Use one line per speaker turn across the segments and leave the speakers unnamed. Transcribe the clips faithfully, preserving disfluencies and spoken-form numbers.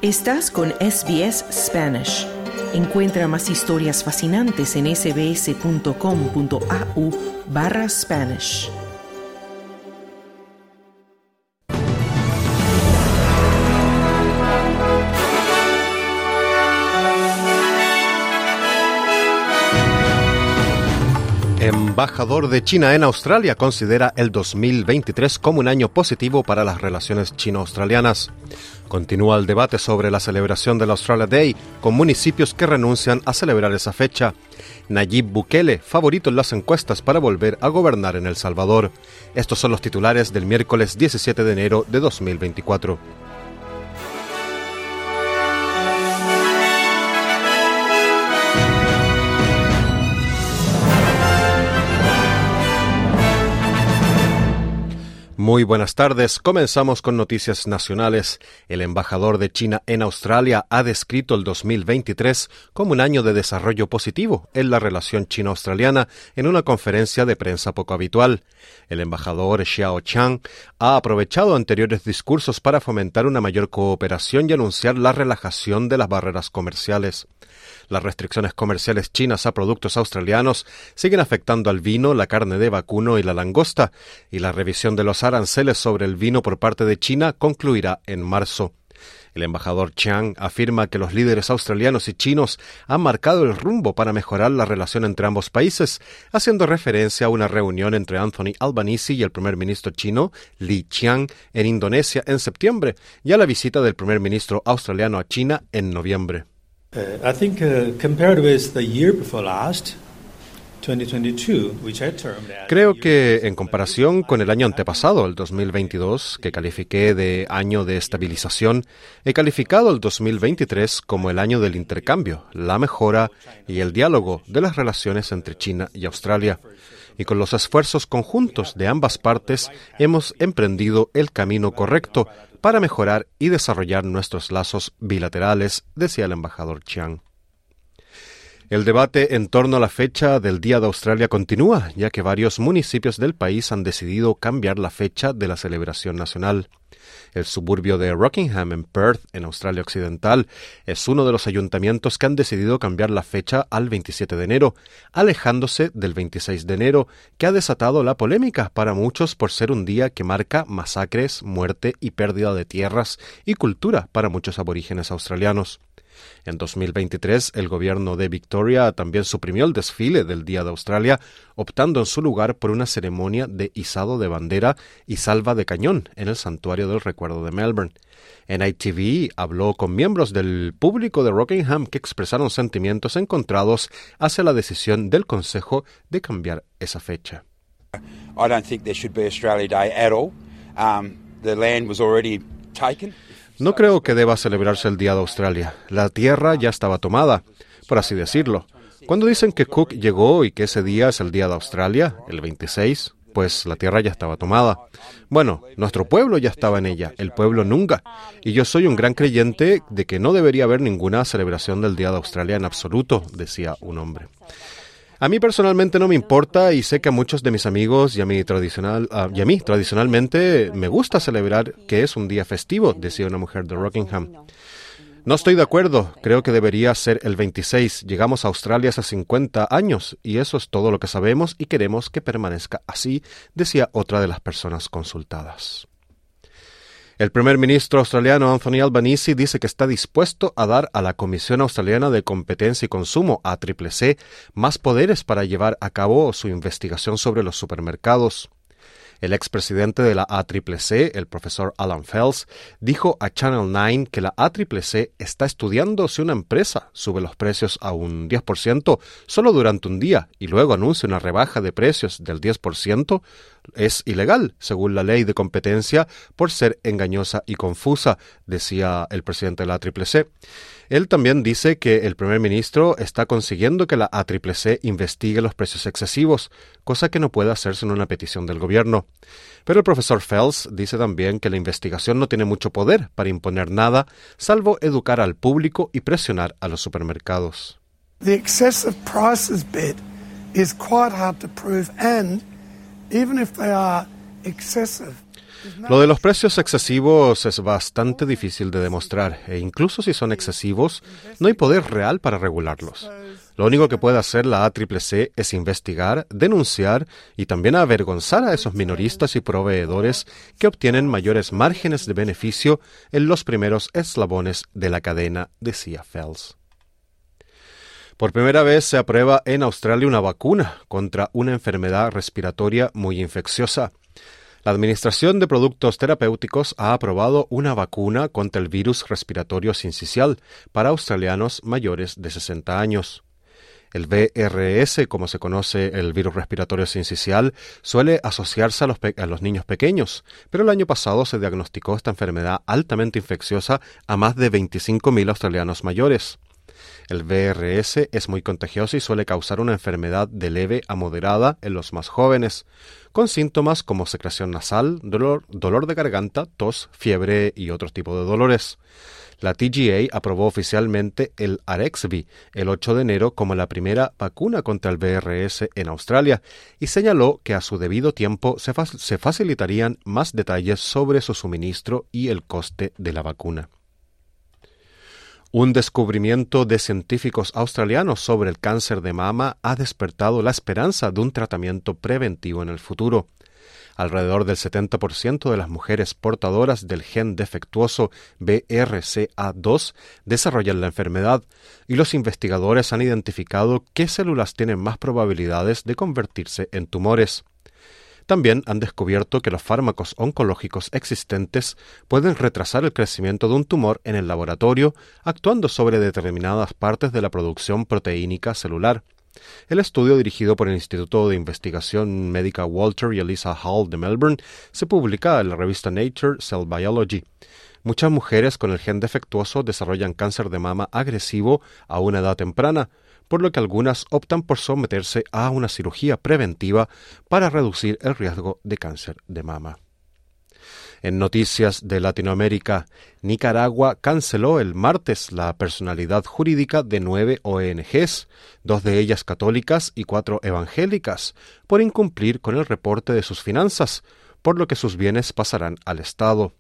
Estás con S B S Spanish. Encuentra más historias fascinantes en sbs.com.au barra Spanish.
Embajador de China en Australia considera el dos mil veintitrés como un año positivo para las relaciones chino-australianas. Continúa el debate sobre la celebración del Australia Day, con municipios que renuncian a celebrar esa fecha. Nayib Bukele, favorito en las encuestas para volver a gobernar en El Salvador. Estos son los titulares del miércoles diecisiete de enero de dos mil veinticuatro. Muy buenas tardes. Comenzamos con noticias nacionales. El embajador de China en Australia ha descrito el dos mil veintitrés como un año de desarrollo positivo en la relación chino-australiana en una conferencia de prensa poco habitual. El embajador Xiao Chang ha aprovechado anteriores discursos para fomentar una mayor cooperación y anunciar la relajación de las barreras comerciales. Las restricciones comerciales chinas a productos australianos siguen afectando al vino, la carne de vacuno y la langosta, y la revisión de los aranceles sobre el vino por parte de China concluirá en marzo. El embajador Chang afirma que los líderes australianos y chinos han marcado el rumbo para mejorar la relación entre ambos países, haciendo referencia a una reunión entre Anthony Albanese y el primer ministro chino, Li Qiang, en Indonesia en septiembre, y a la visita del primer ministro australiano a China en noviembre.
Uh, I think uh, compared with the year before last, twenty twenty-two, which I termed as
Creo que en comparación con el año antepasado, el dos mil veintidós, que califiqué de año de estabilización, he calificado el dos mil veintitrés como el año del intercambio, la mejora y el diálogo de las relaciones entre China y Australia. Y con los esfuerzos conjuntos de ambas partes hemos emprendido el camino correcto para mejorar y desarrollar nuestros lazos bilaterales, decía el embajador Chiang. El debate en torno a la fecha del Día de Australia continúa, ya que varios municipios del país han decidido cambiar la fecha de la celebración nacional. El suburbio de Rockingham, en Perth, en Australia Occidental, es uno de los ayuntamientos que han decidido cambiar la fecha al veintisiete de enero, alejándose del veintiséis de enero, que ha desatado la polémica para muchos por ser un día que marca masacres, muerte y pérdida de tierras y cultura para muchos aborígenes australianos. En dos mil veintitrés, el gobierno de Victoria también suprimió el desfile del Día de Australia, optando en su lugar por una ceremonia de izado de bandera y salva de cañón en el Santuario del Recuerdo de Melbourne. N I T V habló con miembros del público de Rockingham que expresaron sentimientos encontrados hacia la decisión del Consejo de cambiar esa fecha.
I don't think there should be Australia Day at all. Um, the land was already taken.
No creo que deba celebrarse el Día de Australia. La tierra ya estaba tomada, por así decirlo. Cuando dicen que Cook llegó y que ese día es el Día de Australia, el veintiséis, pues la tierra ya estaba tomada. Bueno, nuestro pueblo ya estaba en ella, el pueblo nunca. Y yo soy un gran creyente de que no debería haber ninguna celebración del Día de Australia en absoluto, decía un hombre. A mí personalmente no me importa y sé que a muchos de mis amigos y a mí, tradicional, uh, y a mí tradicionalmente me gusta celebrar que es un día festivo, decía una mujer de Rockingham. No estoy de acuerdo, creo que debería ser el veintiséis. Llegamos a Australia hace cincuenta años y eso es todo lo que sabemos y queremos que permanezca así, decía otra de las personas consultadas. El primer ministro australiano Anthony Albanese dice que está dispuesto a dar a la Comisión Australiana de Competencia y Consumo, A C C C, más poderes para llevar a cabo su investigación sobre los supermercados. El expresidente de la A C C C, el profesor Alan Fels, dijo a Channel nueve que la A C C C está estudiando si una empresa sube los precios a un diez por ciento solo durante un día y luego anuncia una rebaja de precios del diez por ciento. Es ilegal, según la ley de competencia, por ser engañosa y confusa, decía el presidente de la A C C C. Él también dice que el primer ministro está consiguiendo que la A C C C investigue los precios excesivos, cosa que no puede hacerse en una petición del gobierno. Pero el profesor Fels dice también que la investigación no tiene mucho poder para imponer nada, salvo educar al público y presionar a los supermercados.
The excessive prices bit is quite hard to prove, and even if they are excessive,
Lo de los precios excesivos es bastante difícil de demostrar, e incluso si son excesivos, no hay poder real para regularlos. Lo único que puede hacer la A C C C es investigar, denunciar y también avergonzar a esos minoristas y proveedores que obtienen mayores márgenes de beneficio en los primeros eslabones de la cadena, decía Fels. Por primera vez se aprueba en Australia una vacuna contra una enfermedad respiratoria muy infecciosa. La Administración de Productos Terapéuticos ha aprobado una vacuna contra el virus respiratorio sincicial para australianos mayores de sesenta años. El V R S, como se conoce el virus respiratorio sincicial, suele asociarse a los, pe- a los niños pequeños, pero el año pasado se diagnosticó esta enfermedad altamente infecciosa a más de veinticinco mil australianos mayores. El V R S es muy contagioso y suele causar una enfermedad de leve a moderada en los más jóvenes, con síntomas como secreción nasal, dolor, dolor de garganta, tos, fiebre y otro tipo de dolores. La T G A aprobó oficialmente el Arexvy el ocho de enero como la primera vacuna contra el V R S en Australia y señaló que a su debido tiempo se, fa- se facilitarían más detalles sobre su suministro y el coste de la vacuna. Un descubrimiento de científicos australianos sobre el cáncer de mama ha despertado la esperanza de un tratamiento preventivo en el futuro. Alrededor del setenta por ciento de las mujeres portadoras del gen defectuoso B R C A dos desarrollan la enfermedad, y los investigadores han identificado qué células tienen más probabilidades de convertirse en tumores. También han descubierto que los fármacos oncológicos existentes pueden retrasar el crecimiento de un tumor en el laboratorio, actuando sobre determinadas partes de la producción proteínica celular. El estudio, dirigido por el Instituto de Investigación Médica Walter y Elisa Hall de Melbourne, se publica en la revista Nature Cell Biology. Muchas mujeres con el gen defectuoso desarrollan cáncer de mama agresivo a una edad temprana, por lo que algunas optan por someterse a una cirugía preventiva para reducir el riesgo de cáncer de mama. En noticias de Latinoamérica, Nicaragua canceló el martes la personalidad jurídica de nueve O N Ges, dos de ellas católicas y cuatro evangélicas, por incumplir con el reporte de sus finanzas, por lo que sus bienes pasarán al Estado.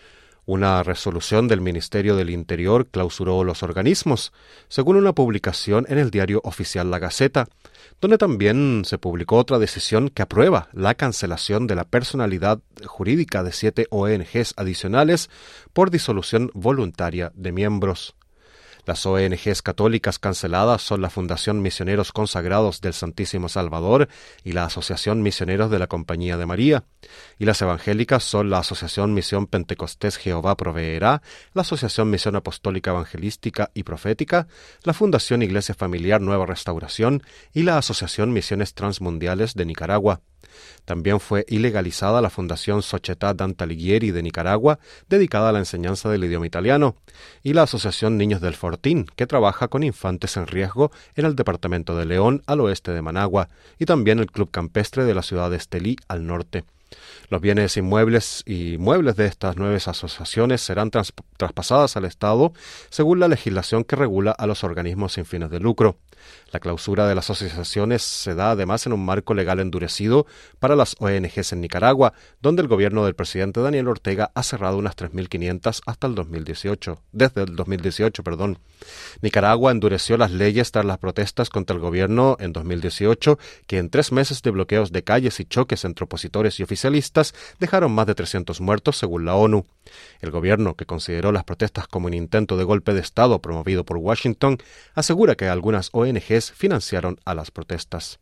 Una resolución del Ministerio del Interior clausuró los organismos, según una publicación en el diario oficial La Gaceta, donde también se publicó otra decisión que aprueba la cancelación de la personalidad jurídica de siete O N Ges adicionales por disolución voluntaria de miembros. Las O N Ges católicas canceladas son la Fundación Misioneros Consagrados del Santísimo Salvador y la Asociación Misioneros de la Compañía de María, y las evangélicas son la Asociación Misión Pentecostés Jehová Proveerá, la Asociación Misión Apostólica Evangelística y Profética, la Fundación Iglesia Familiar Nueva Restauración y la Asociación Misiones Transmundiales de Nicaragua. También fue ilegalizada la Fundación Società Dante Alighieri de Nicaragua, dedicada a la enseñanza del idioma italiano, y la Asociación Niños del Fortín, que trabaja con infantes en riesgo en el departamento de León, al oeste de Managua, y también el Club Campestre de la ciudad de Estelí, al norte. Los bienes inmuebles y muebles de estas nueve asociaciones serán trans- traspasadas al Estado según la legislación que regula a los organismos sin fines de lucro. La clausura de las asociaciones se da además en un marco legal endurecido para las O N Ges en Nicaragua, donde el gobierno del presidente Daniel Ortega ha cerrado unas tres mil quinientas hasta el dos mil dieciocho, desde el dos mil dieciocho, perdón. Nicaragua endureció las leyes tras las protestas contra el gobierno en dos mil dieciocho, que en tres meses de bloqueos de calles y choques entre opositores y oficialistas dejaron más de trescientos muertos según la ONU. El gobierno, que consideró las protestas como un intento de golpe de Estado promovido por Washington, asegura que algunas O N Ges financiaron a las protestas.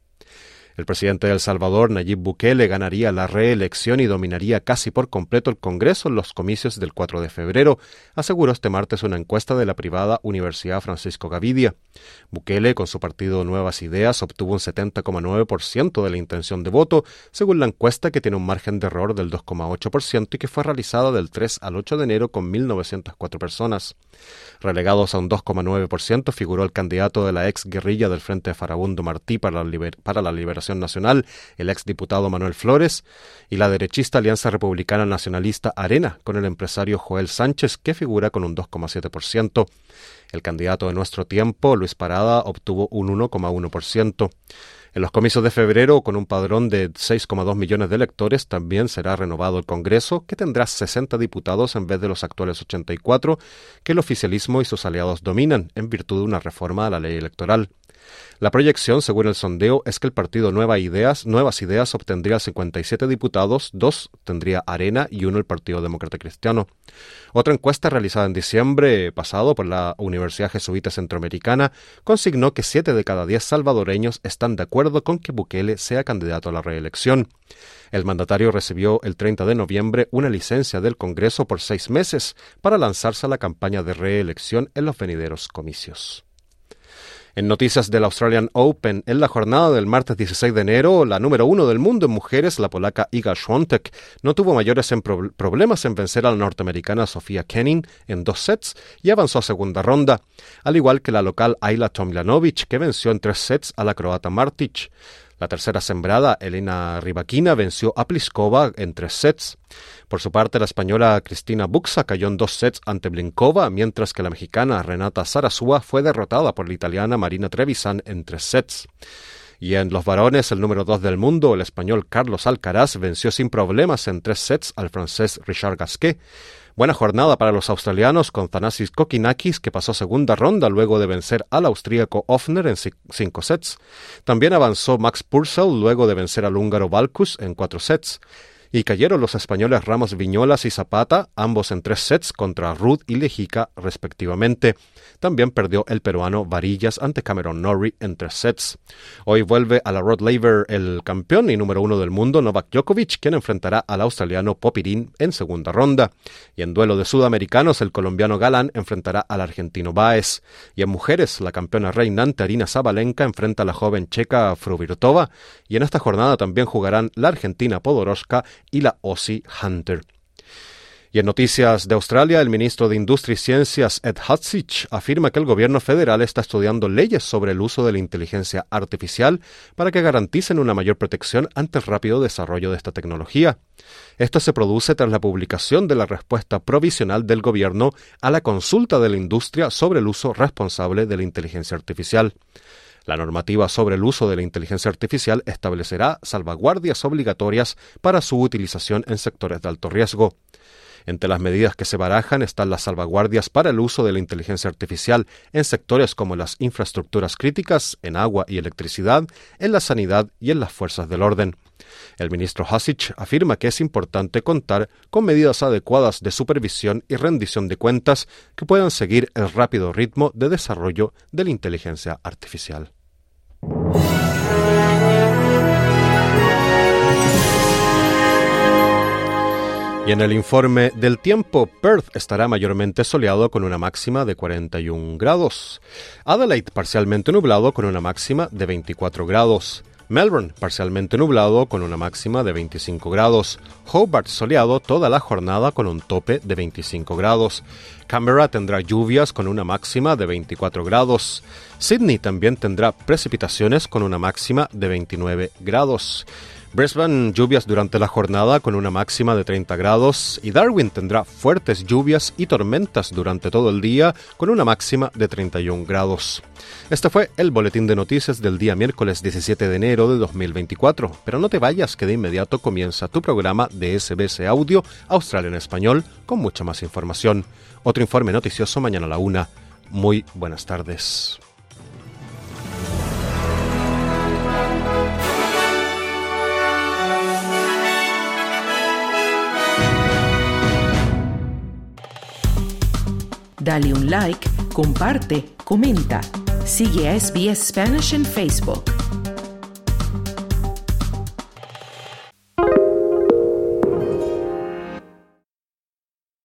El presidente de El Salvador, Nayib Bukele, ganaría la reelección y dominaría casi por completo el Congreso en los comicios del cuatro de febrero, aseguró este martes una encuesta de la privada Universidad Francisco Gavidia. Bukele, con su partido Nuevas Ideas, obtuvo un setenta coma nueve por ciento de la intención de voto, según la encuesta, que tiene un margen de error del dos coma ocho por ciento y que fue realizada del tres al ocho de enero con mil novecientas cuatro personas. Relegados a un dos coma nueve por ciento figuró el candidato de la ex guerrilla del Frente Farabundo Martí para la, liber- para la Liberación Nacional, el exdiputado Manuel Flores, y la derechista Alianza Republicana Nacionalista Arena, con el empresario Joel Sánchez, que figura con un dos coma siete por ciento. El candidato de Nuestro Tiempo, Luis Parada, obtuvo un uno coma uno por ciento. En los comicios de febrero, con un padrón de seis coma dos millones de electores, también será renovado el Congreso, que tendrá sesenta diputados en vez de los actuales ochenta y cuatro que el oficialismo y sus aliados dominan, en virtud de una reforma a la ley electoral. La proyección, según el sondeo, es que el partido Nueva Ideas, Nuevas Ideas obtendría cincuenta y siete diputados, dos tendría Arena y uno el Partido Demócrata Cristiano. Otra encuesta realizada en diciembre pasado por la Universidad Jesuita Centroamericana consignó que siete de cada diez salvadoreños están de acuerdo con que Bukele sea candidato a la reelección. El mandatario recibió el treinta de noviembre una licencia del Congreso por seis meses para lanzarse a la campaña de reelección en los venideros comicios. En noticias del Australian Open, en la jornada del martes dieciséis de enero, la número uno del mundo en mujeres, la polaca Iga Świątek, no tuvo mayores en pro- problemas en vencer a la norteamericana Sofía Kenin en dos sets y avanzó a segunda ronda, al igual que la local Ayla Tomljanovic, que venció en tres sets a la croata Martic. La tercera sembrada, Elena Rybakina, venció a Pliskova en tres sets. Por su parte, la española Cristina Buxa cayó en dos sets ante Blinkova, mientras que la mexicana Renata Sarasúa fue derrotada por la italiana Marina Trevisan en tres sets. Y en los varones, el número dos del mundo, el español Carlos Alcaraz, venció sin problemas en tres sets al francés Richard Gasquet. Buena jornada para los australianos con Thanasis Kokinakis, que pasó segunda ronda luego de vencer al austríaco Ofner en cinco sets. También avanzó Max Purcell luego de vencer al húngaro Valkus en cuatro sets. Y cayeron los españoles Ramos Viñolas y Zapata, ambos en tres sets contra Ruud y Lejica, respectivamente. También perdió el peruano Varillas ante Cameron Norrie en tres sets. Hoy vuelve a la Rod Laver el campeón y número uno del mundo, Novak Djokovic, quien enfrentará al australiano Popyrin en segunda ronda. Y en duelo de sudamericanos, el colombiano Galán enfrentará al argentino Báez. Y en mujeres, la campeona reinante Arina Sabalenka enfrenta a la joven checa Fruvirtova. Y en esta jornada también jugarán la argentina Podoroska y la Aussie Hunter. Y en noticias de Australia, el ministro de Industria y Ciencias, Ed Husic, afirma que el gobierno federal está estudiando leyes sobre el uso de la inteligencia artificial para que garanticen una mayor protección ante el rápido desarrollo de esta tecnología. Esto se produce tras la publicación de la respuesta provisional del gobierno a la consulta de la industria sobre el uso responsable de la inteligencia artificial. La normativa sobre el uso de la inteligencia artificial establecerá salvaguardias obligatorias para su utilización en sectores de alto riesgo. Entre las medidas que se barajan están las salvaguardias para el uso de la inteligencia artificial en sectores como las infraestructuras críticas, en agua y electricidad, en la sanidad y en las fuerzas del orden. El ministro Husic afirma que es importante contar con medidas adecuadas de supervisión y rendición de cuentas que puedan seguir el rápido ritmo de desarrollo de la inteligencia artificial. Y en el informe del tiempo, Perth estará mayormente soleado con una máxima de cuarenta y un grados. Adelaide parcialmente nublado con una máxima de veinticuatro grados. Melbourne parcialmente nublado con una máxima de veinticinco grados. Hobart soleado toda la jornada con un tope de veinticinco grados. Canberra tendrá lluvias con una máxima de veinticuatro grados. Sydney también tendrá precipitaciones con una máxima de veintinueve grados. Brisbane, lluvias durante la jornada con una máxima de treinta grados y Darwin tendrá fuertes lluvias y tormentas durante todo el día con una máxima de treinta y un grados. Este fue el boletín de noticias del día miércoles diecisiete de enero de dos mil veinticuatro, pero no te vayas que de inmediato comienza tu programa de S B S Audio Australia en Español con mucha más información. Otro informe noticioso mañana a la una. Muy buenas tardes.
Dale un like, comparte, comenta. Sigue a S B S Spanish en Facebook.